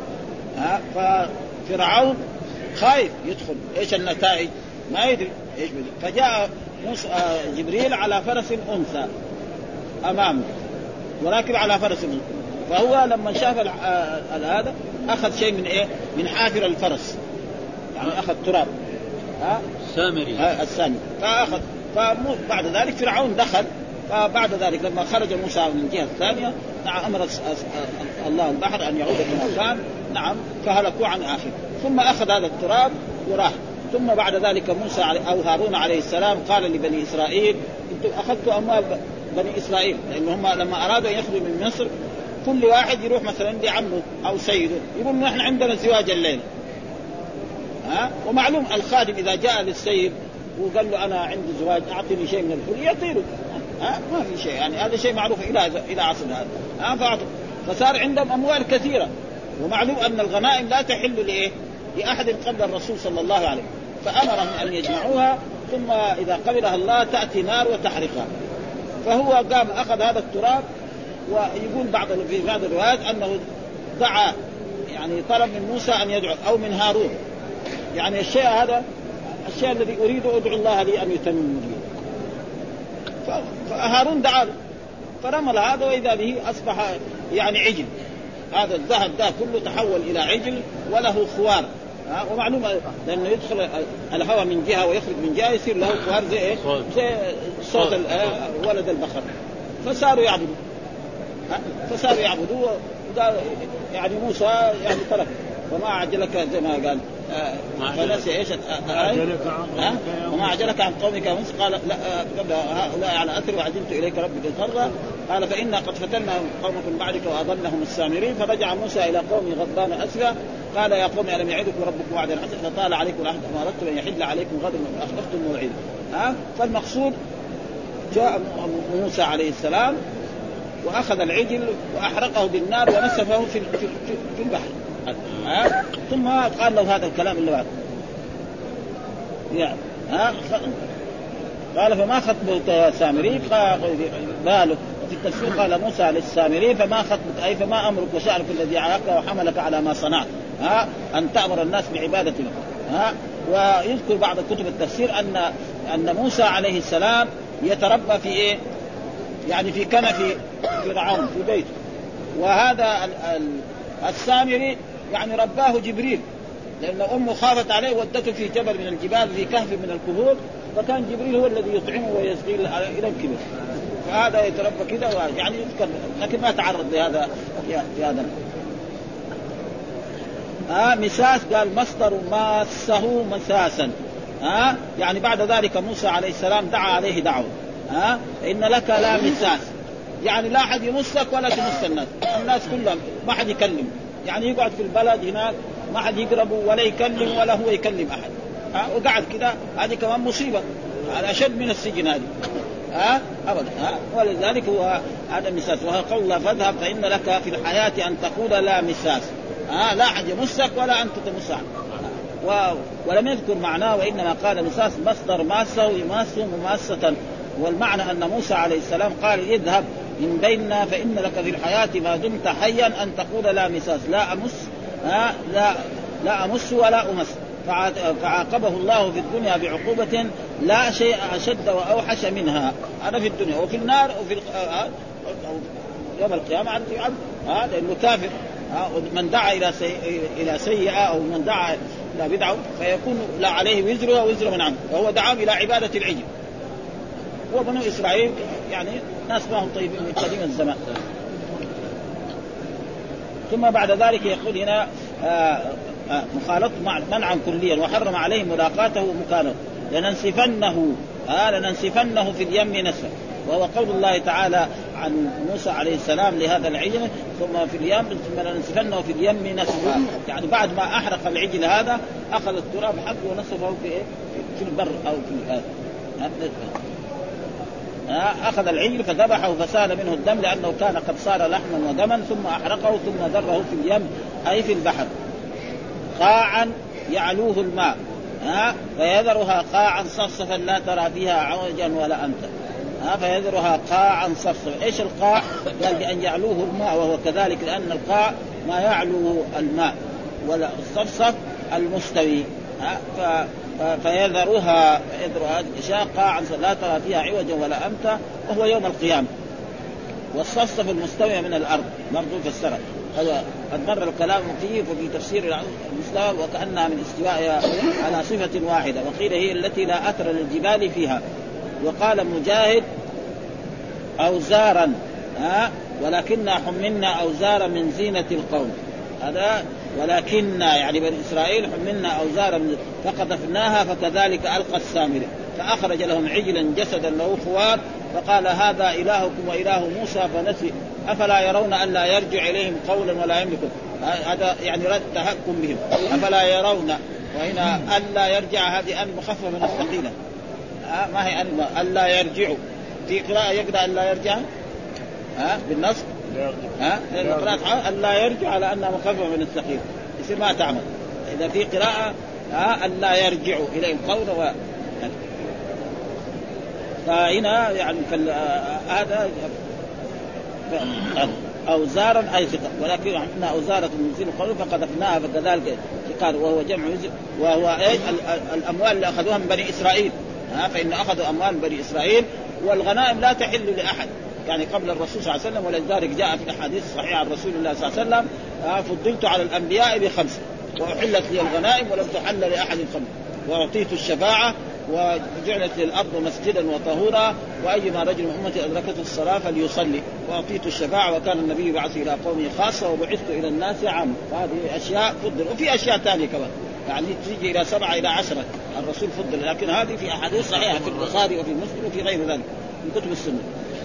ففرعون خايف يدخل، ايش النتائج ما يدري ايش بدي. فجاء موسى جبريل على فرس انثى امامه وراكب على فرس انثى، فهو لما شاف هذا اخذ شيء من ايه، من حافر الفرس، يعني اخذ تراب السامري فاخذ. فبعد ذلك فرعون دخل. فبعد ذلك لما خرج موسى من الجهه الثانيه، امر الله البحر ان يعود الى مكان، نعم، فهلكوا عن آخر. ثم أخذ هذا التراب وراح. ثم بعد ذلك موسى أو هارون عليه السلام قال لبني إسرائيل أنتم أخذتوا أموال بني إسرائيل، لأن هم لما أرادوا أن يخرجوا من مصر كل واحد يروح مثلا لعمه أو سيده يقول نحن عندنا زواج الليل، ومعلوم الخادم إذا جاء للسيد وقال له أنا عندي زواج أعطني شيء من الفل يطيره، ما في شيء، يعني هذا شيء معروف إلى عصر هذا. فصار عندهم أموال كثيرة، ومعلوم أن الغنائم لا تحل لأحد قبل الرسول صلى الله عليه وسلم، فأمرهم أن يجمعوها، ثم إذا قبلها الله تأتي نار وتحرقها. فهو قام أخذ هذا التراب، ويقول في بعض الروايات أنه دعا، يعني طلب من موسى أن يدعو أو من هارون، يعني الشيء هذا الشيء الذي أريد أدعو الله لي أن يتمم لي. فهارون دعا فرمل هذا، وإذا به أصبح يعني عجل، هذا الذهب ده كله تحول إلى عجل وله خوار، ومعلومة لأنه يدخل الهواء من جهة ويخرج من جهة يصير له خوار زي صوت ولد البقر. فصاروا يعبدوا يعني موسى يعني ترك وما أعجلك زي ما قال فنسي ايش وما أعجلك عن قومك موسى قال لا قبل هؤلاء على أثر وعجلت إليك ربك ترضى قال فإنا قد فتنا قومكم بعدك وأضلهم السامرين. فرجع موسى إلى قومه غضبان أسفا قال يا قوم ألم يعدكم ربكم وعدا حسنا طال عليكم العهد ما أردتم أن يحل عليكم غدا أخلفتم موعدا. فالمقصود جاء موسى عليه السلام وأخذ العجل وأحرقه بالنار ونسفه في البحر. ثم قال له هذا الكلام اللي بعد يعني قال فما خطبك يا سامري بالك. في التفسير قال موسى للسامري فما خطبك أي فما أمرك وشأنك الذي عاقك وحملك على ما صنعت أن تأمر الناس بعبادتنا. ويذكر بعض كتب التفسير أن موسى عليه السلام يتربى في إيه يعني في كنف فرعون في بيته. وهذا السامري يعني رباه جبريل لأن أمه خافت عليه ودته في جبل من الجبال في كهف من الكهوف فكان جبريل هو الذي يطعمه ويسقيه إلى الكبر. فهذا يتربى كده يعني يذكر لكن ما تعرض لهذا في هذا. مساس قال مصدر ماسه مساسا يعني بعد ذلك موسى عليه السلام دعا عليه دعوة إن لك لا مساس يعني لا أحد يمسك ولا تمس الناس كلهم ما حد يكلم يعني يقعد في البلد هناك ما حد يقربه ولا يكلم ولا هو يكلم أحد وقعد كده هذه كمان مصيبة على أشد من السجن هذه أبدا ولذلك هو هذا مساس. وهو قول الله فاذهب فإن لك في الحياة أن تقول لا مساس لا أحد يمسك ولا أنت تمس أحد ولم يذكر معناه، وإنما قال مساس مصدر ماسه يماسه مماسة. والمعنى أن موسى عليه السلام قال اذهب من بيننا فإن لك في الحياة ما دمت حيا أن تقول لا مساس، لا أمس ولا أمس. فعاقبه الله في الدنيا بعقوبة لا شيء أشد وأوحش منها، هذا في الدنيا. وفي النار وفي يوم القيامة لأنه كافر. من دعا إلى سيئة أو من دعا إلى بدعة فيكون لا عليه وزرها وزر من عنه، وهو دعاهم إلى عبادة العجل. وبنو إسرائيل يعني ناس ما هم طيبين من قديم الزمان. ثم بعد ذلك يقول هنا مخالطة منعا كليا، وحرم عليه ملاقاته مكانه لننسفنه في اليم نسفا، وهو قول الله تعالى عن موسى عليه السلام لهذا العجل ثم في اليم ثم لننسفنه في اليم نسفا، يعني بعد ما أحرق العجل هذا أخذ التراب حقه ونسفه في البر أو في أخذ العجل فذبحه فسال منه الدم لأنه كان قد صار لحما ودما، ثم أحرقه ثم ذره في اليم أي في البحر قاعا يعلوه الماء فيذرها قاعا صفصفا لا ترى فيها عوجا ولا أمتا فيذرها قاعا صفصفا. إيش القاع؟ قال بأن يعلوه الماء، وهو كذلك لأن القاع ما يعلو الماء ولا الصفصف المستوي. فيذرها الأشياء قاعا لا ترى فيها عوجا ولا أمتا، وهو يوم القيامة. والصفصف المستوي من الأرض برضو في السنة، هذا قد مر الكلام فيه وفي تفسير المستوى وكأنها من استواء على صفة واحدة، وقيل هي التي لا أثر للجبال فيها. وقال مجاهد أوزارا ولكننا حملنا أوزارا من زينة القوم، هذا ولكننا يعني بني إسرائيل حملنا أوزارا فقذفناها فكذلك ألقى السامري فأخرج لهم عجلا جسدا له خوار فقال هذا إلهكم وإله موسى فنسي أفلا يرون أن لا يرجع إليهم قولا ولا يملكون. هذا يعني رد تهكم بهم، أفلا يرون، وهنا أن لا يرجع هذه أن مخففة من الثقيلة ما هي أن لا يرجعوا. في قراءة يقرأ أن لا يرجع بالنصب لأن قراءة أن لا يرجع على أنها مخففة من الثقيلة يصير ما تعمل. إذا في قراءة أن لا يرجعوا إليهم قولا فهنا يعني هذا أوزارا أي ثقة، ولكن عندنا أوزارة من زين القوم فقذفناها فكذلك قال وهو جمع وهو الأموال اللي أخذوها من بني إسرائيل فإن أخذوا أموال بني إسرائيل والغنائم لا تحل لأحد يعني قبل الرسول صلى الله عليه وسلم. ولذلك جاء في الحديث الصحيح عن رسول الله صلى الله عليه وسلم فضلت على الأنبياء ب5 وأحلت لي الغنائم ولم تحل لأحد 5 وأعطيت الشفاعة وجعلت للأرض مسجدا وطهورا وأيما رجل من أمتي أدركته الصلاة فليصلي وأعطيت الشفاعة وكان النبي يبعث إلى قومه خاصة وبعثت إلى الناس عامة. فهذه أشياء فضل، وفي أشياء ثانية كمان يعني تيجي إلى 7 إلى 10 الرسول فضل، لكن هذه في أحاديث صحيحة في البخاري وفي مسلم وفي غير ذلك من كتب السنة.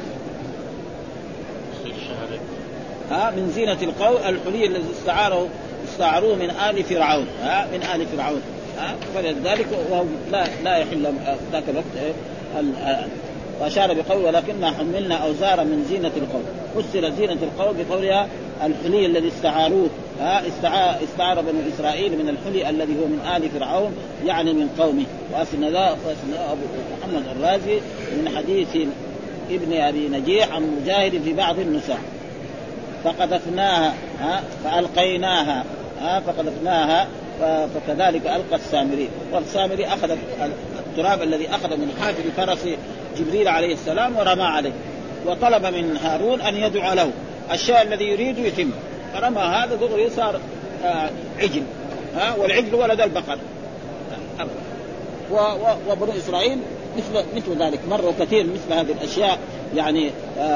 من زينة القول الحلي الذي استعاروه من آل فرعون من آل فرعون فلذلك وهو لا يحل ذاك الوقت وأشار بقول ولكننا حملنا أوزارا من زينة القول. فسر زينة القول بقولها الحلي الذي استعاروه استعار بنو إسرائيل من الحلي الذي هو من آل فرعون يعني من قومه. وأسند أبو محمد الرازي من حديث ابن أبي نجيح عن مجاهد في بعض النسخ فقذفناها فألقيناها فقذفناها فكذلك ألقى السامري. والسامري أخذ التراب الذي أخذ من حافر فرس جبريل عليه السلام ورمى عليه وطلب من هارون أن يدعو له الشيء الذي يريد يتم فرمى هذا دغري صار عجل والعجل ولد البقر. وبنو إسرائيل مثل ذلك مروا كثير مثل هذه الأشياء يعني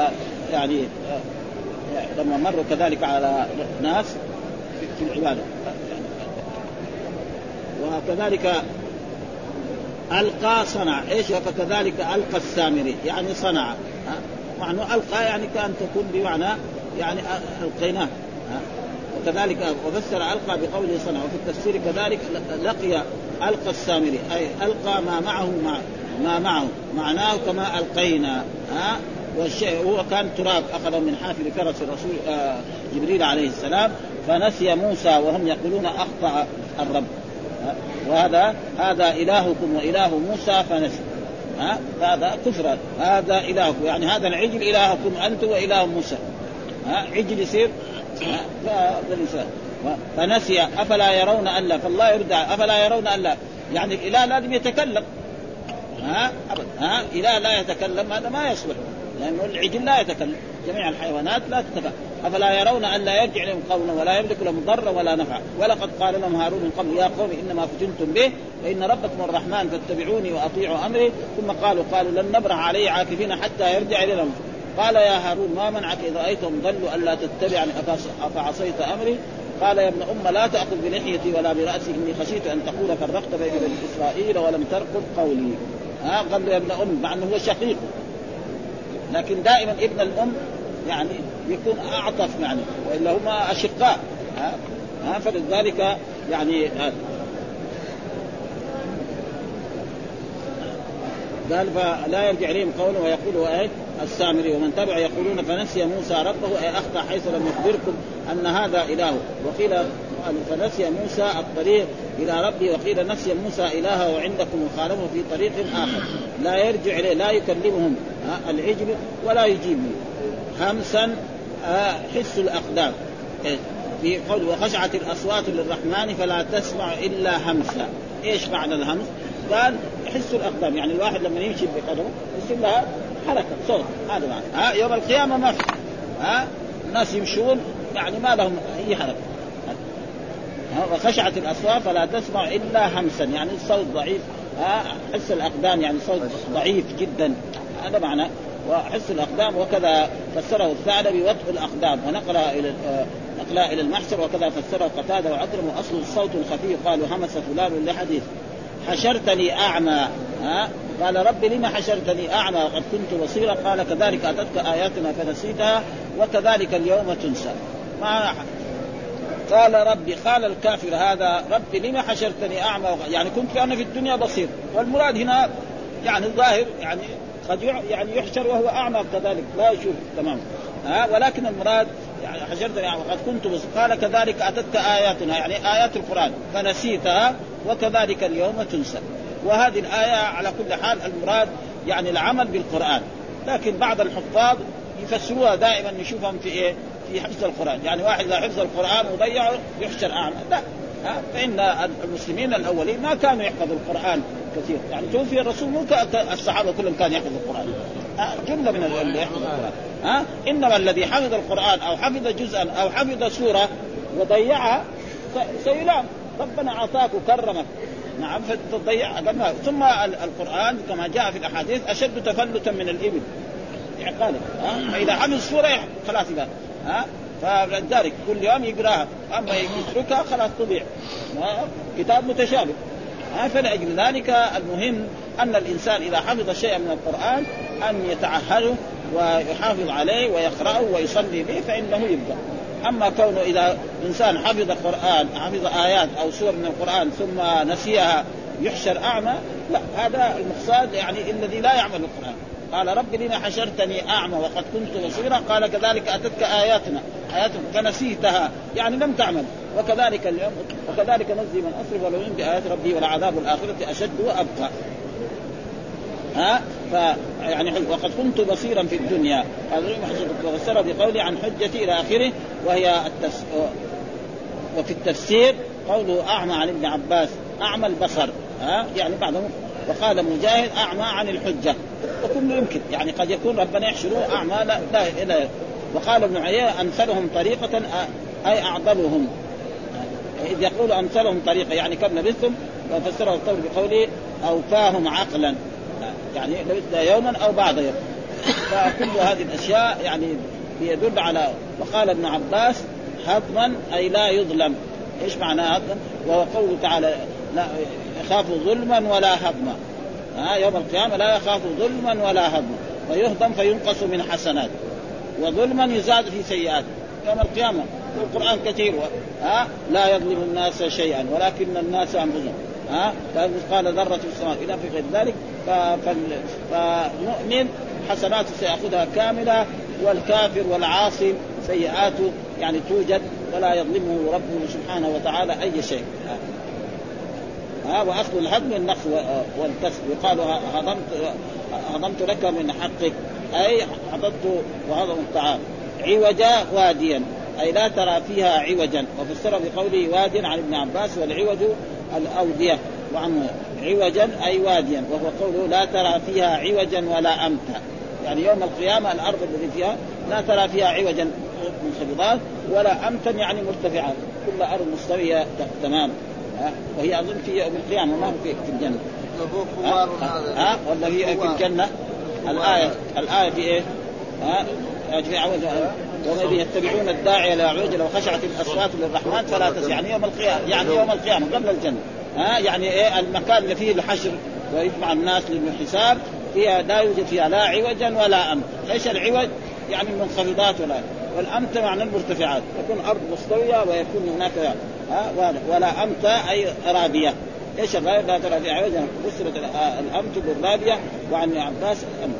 لما مروا كذلك على ناس في العبادة. وكذلك ألقى صنع إيش فكذلك ألقى السامري يعني صنع معنى ألقى يعني كان تكون بمعنى يعني ألقيناه وكذلك وفسر ألقى بقوله صنع. وفي التفسير كذلك لقي ألقى السامري أي ألقى ما معه معناه كما ألقينا والشيء هو كان تراب أخذ من حافر فرس الرسول جبريل عليه السلام فنسي موسى وهم يقولون أخطأ الرب هذا إلهكم وإله موسى فنسي. هذا كفر، هذا إلهكم يعني هذا العجل إلهكم أنت وإله موسى. عجل يصير فنسي أفلا يرون ألا، فالله يرد أفلا يرون ألا يعني الإله لازم يتكلم. إله لا يتكلم هذا ما يصلح، لأنه العجل لا يتكلم، جميع الحيوانات لا تتكلم. أفلا يرون أن لا يرجع لهم قولا ولا يملك لهم ضرا ولا نفعا. ولقد قال لهم هارون من قبل يا قوم إنما فتنتم به فإن ربكم الرحمن فاتبعوني وأطيعوا أمري. ثم قالوا لن نبرح عليه عاكفين حتى يرجع إلينا. قال يا هارون ما منعك إذا رأيتهم ضلوا ألا تتبعني أفعصيت أمري. قال يا ابن أم لا تأخذ بلحيتي ولا برأسي إني خشيت أن تقول فرقت بين بني إسرائيل ولم ترقب قولي. قال له يا ابن أم مع أنه هو شقيق، لكن دائما ابن الأم يعني يكون أعطف يعني، وإلا هما أشقاء. فلذلك يعني قال فلا يرجع إليهم قولا ويقول السامري ومن تبع يقولون فنسي موسى ربه أي أخطأ حيث لم يخبركم أن هذا إله. وقيل فنسي موسى الطريق إلى ربه، وقيل نسي موسى إلهه وعندكم وخالفه في طريق آخر لا يرجع إليه لا يكلمهم العجل ولا يجيبهم. همسا حس الأقدام في قول وخشعت الأصوات للرحمن فلا تسمع إلا همسا. إيش معنى الهمس؟ قال حس الأقدام يعني الواحد لما يمشي بقدمه يصير لها حركة صوت، هذا معنى. يوم القيامة ما في الناس يمشون يعني ما لهم أي حركة. وخشعت الأصوات فلا تسمع إلا همسا يعني الصوت ضعيف. حس الأقدام يعني صوت ضعيف جدا، هذا معنى وحس الأقدام. وكذا فسره الثعلبي وطء الأقدام ونقل إلى المحشر، وكذا فسره قتادة وعكرم. وأصل الصوت الخفي قالوا همس فلان لحديث. حشرتني أعمى قال رب لما حشرتني أعمى وقد كنت بصيرا قال كذلك أتتك آياتنا فنسيتها وكذلك اليوم تنسى. قال ربي قال الكافر هذا ربي لما حشرتني أعمى يعني كنت أنا في الدنيا بصير، والمراد هنا يعني الظاهر يعني قد يعني يحشر وهو أعمى كذلك لا يشوف تماما. ولكن المراد يعني حشرتني أعمى وقد كنت بصير قال كذلك أتتك آياتنا يعني آيات القرآن فنسيتها وكذلك اليوم تنسى. وهذه الآية على كل حال المراد يعني العمل بالقرآن، لكن بعض الحفاظ يفسروها دائما نشوفهم في إيه في حفظ القرآن. يعني واحد إذا حفظ القرآن وضيعه يحشر أعمى، لا. فإن المسلمين الأولين ما كانوا يحفظوا القرآن كثير، يعني توفي الرسول مو الصحابة كلهم كانوا يحفظوا القرآن، جملة من اللي يحفظ القرآن. إنما الذي حفظ القرآن أو حفظ جزءا أو حفظ سورة وضيعها سيلام، ربنا عطاك وكرمك نعم فتضيع. ثم القرآن كما جاء في الأحاديث أشد تفلتا من الإبل عقاله. فإذا حفظ سورة خلاص يبقى فلذلك كل يوم يقراها، أما يتركها خلاص تضيع، كتاب متشابه. فلأجل ذلك المهم أن الإنسان إذا حفظ شيئا من القرآن أن يتعهده ويحافظ عليه ويقرأه ويصلي به فإنه يبدأ. أما كونه إذا إنسان حفظ القرآن حفظ آيات أو سور من القرآن ثم نسيها يحشر أعمى، لا، هذا المقصود يعني الذي لا يعمل القرآن. قال رب لما حشرتني أعمى وقد كنت بصيرا قال كذلك أتتك آياتنا فنسيتها يعني لم تعمل وكذلك اليوم وكذلك نجزي من أسرف ولو يؤمن بآيات ربي ولعذاب الآخرة أشد وأبقى. يعني وقد كنت بصيرا في الدنيا فسر بقوله عن حجتي إلى آخره. وهي وفي التفسير قوله أعمى عن ابن عباس أعمى البصر يعني بعضهم. وقال مجاهد أعمى عن الحجة، وكل يمكن يعني قد يكون ربنا يحشره أعمى لا. وقال ابن عيينة أمثلهم طريقة أي أعضلهم، إذ يقول أمثلهم طريقة يعني كم لبثتم. وفسره الطول بقوله أوفاهم عقلا يعني لبثنا يوما أو بعض يوم. فكل هذه الأشياء يعني يدل على. وقال ابن عباس هضما أي لا يظلم. إيش معنى هضما؟ وهو قوله تعالى لا يخاف ظلما ولا هضما. يوم القيامة لا يخاف ظلما ولا هضما، فيهضم فينقص من حسنات، وظلما يزاد في سيئات يوم القيامة. القرآن كثير لا يظلم الناس شيئا ولكن الناس أنفسهم قال ذرة في السماء إلى في غير ذلك. فالمؤمن حسناته سيأخذها كاملة، والكافر والعاصي سيئاته يعني توجد ولا يظلمه ربه سبحانه وتعالى أي شيء. وأخذ الهدم النقص والكسب. يقال هضمت لك من حقك، أي حضرت وهضم الطعام. عوجا واديا أي لا ترى فيها عوجا، وفسر بقوله واد عن ابن عباس والعوج الأودية، وعنه عوجا أي واديا، وهو قوله لا ترى فيها عوجا ولا أمتا، يعني يوم القيامة الأرض التي فيها لا ترى فيها عوجا منخفضات ولا أمتا يعني مرتفعات، كل أرض مستوية تمام. وهي أظن في يوم القيامة ما هو في الجنة ولا في الجنة. الآية في إيه؟ في عوج وما يتبعون الداعي لا عوج لو خشعت الأصوات للرحمن فلا تسمع، يعني يوم القيامة، يعني يوم القيامة قبل الجنة. يعني إيه المكان اللي فيه الحشر ويجمع الناس للحساب فيها لا يوجد فيها لا عوجا ولا أمت. إيش العوج؟ يعني المنخفضات والأمت معنى المرتفعات، يكون أرض مستوية ويكون هناك ولا أمت أي رابية. إيش الرابية؟ لا ترى فيها عوجا، فسرت الأمت بالرابية وعن عباس أمت.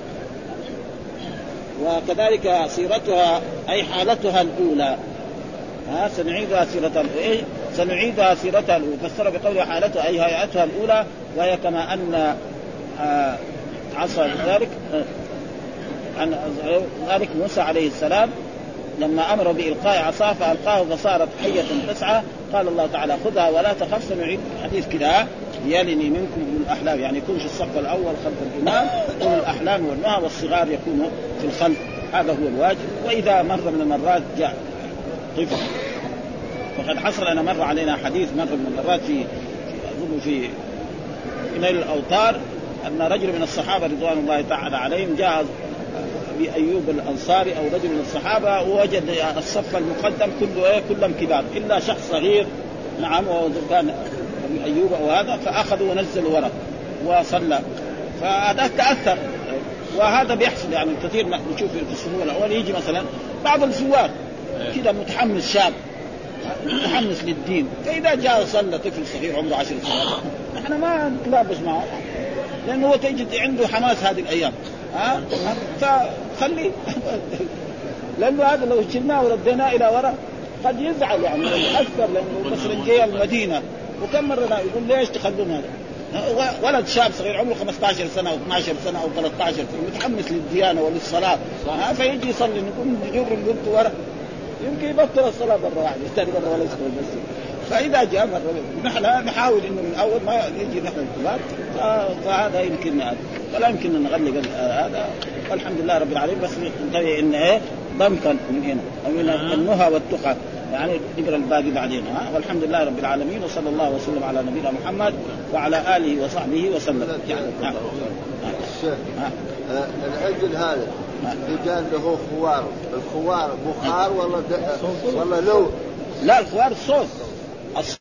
وكذلك سيرتها أي حالتها الأولى، سنعيدها سيرتها إيه؟ سنعيدها سيرتها الأولى. فسر بقول حالتها أي هيئتها الأولى، وهي كما أن عصى ذلك عن ذلك موسى عليه السلام لما أمر بإلقاء عصاه فألقاه فصارت حية تسعى. قال الله تعالى خذها ولا تخف. سنعيد حديث كده يلني منكم أولو الأحلام، يعني يكون في الصف الأول خلف الإمام أولو الأحلام والنهى، والصغار يكونوا في الخلف، هذا هو الواجب. وإذا مر من المرات جاء طفل، وقد حصل أنا مر علينا حديث مر من المرات في نيل الأوطار أن رجل من الصحابة رضوان الله تعالى عليهم جاء بأيوب الأنصاري أو رجل من الصحابة ووجد الصف المقدم كلهم كبار إلا شخص صغير، نعم، وكان أيوب أو هذا، فأخذوا ونزلوا ورق وصلى، فهذا تأثر. وهذا بيحصل يعني كثير نشوف في الصفوف الأول يجي مثلا بعض الزوار كده متحمس، شاب متحمس للدين، فإذا جاء صلى طفل صغير عمره 10 سنوات نحن ما نتلابس معه، لأنه هو تجد عنده حماس هذه الأيام، فخلي لأنه هذا لو شلناه ورديناه إلى وراء قد يزعل يعني أكثر، لأنه مثلا جاء المدينة وكم مرة يقول ليش تخلون هذا ولد شاب صغير عمره 15 سنة أو 12 سنة أو 13 سنة متحمس للديانة وللصلاة، فيجي يصلي نقول نجور البنت وراء يمكن يبطل الصلاة مرة واحدة يستهدف مرة ولا يسكت بس. فإذا جاء مرة نحن نحاول إنه من أول ما يجي نحن الكبار، فهذا يمكن ولا يمكن أن نغلق هذا. والحمد لله رب العالمين. بس ننتبه إن إيه ضمكا من هنا ومن النهى والتقى، يعني نقرأ الباقي بعدين. والحمد لله رب العالمين، وصلى الله وسلم على نبينا محمد وعلى آله وصحبه وسلم. يعني العجل هذا يقال له خوار، الخوار بخار ولا لو؟ لا، الخوار الصوت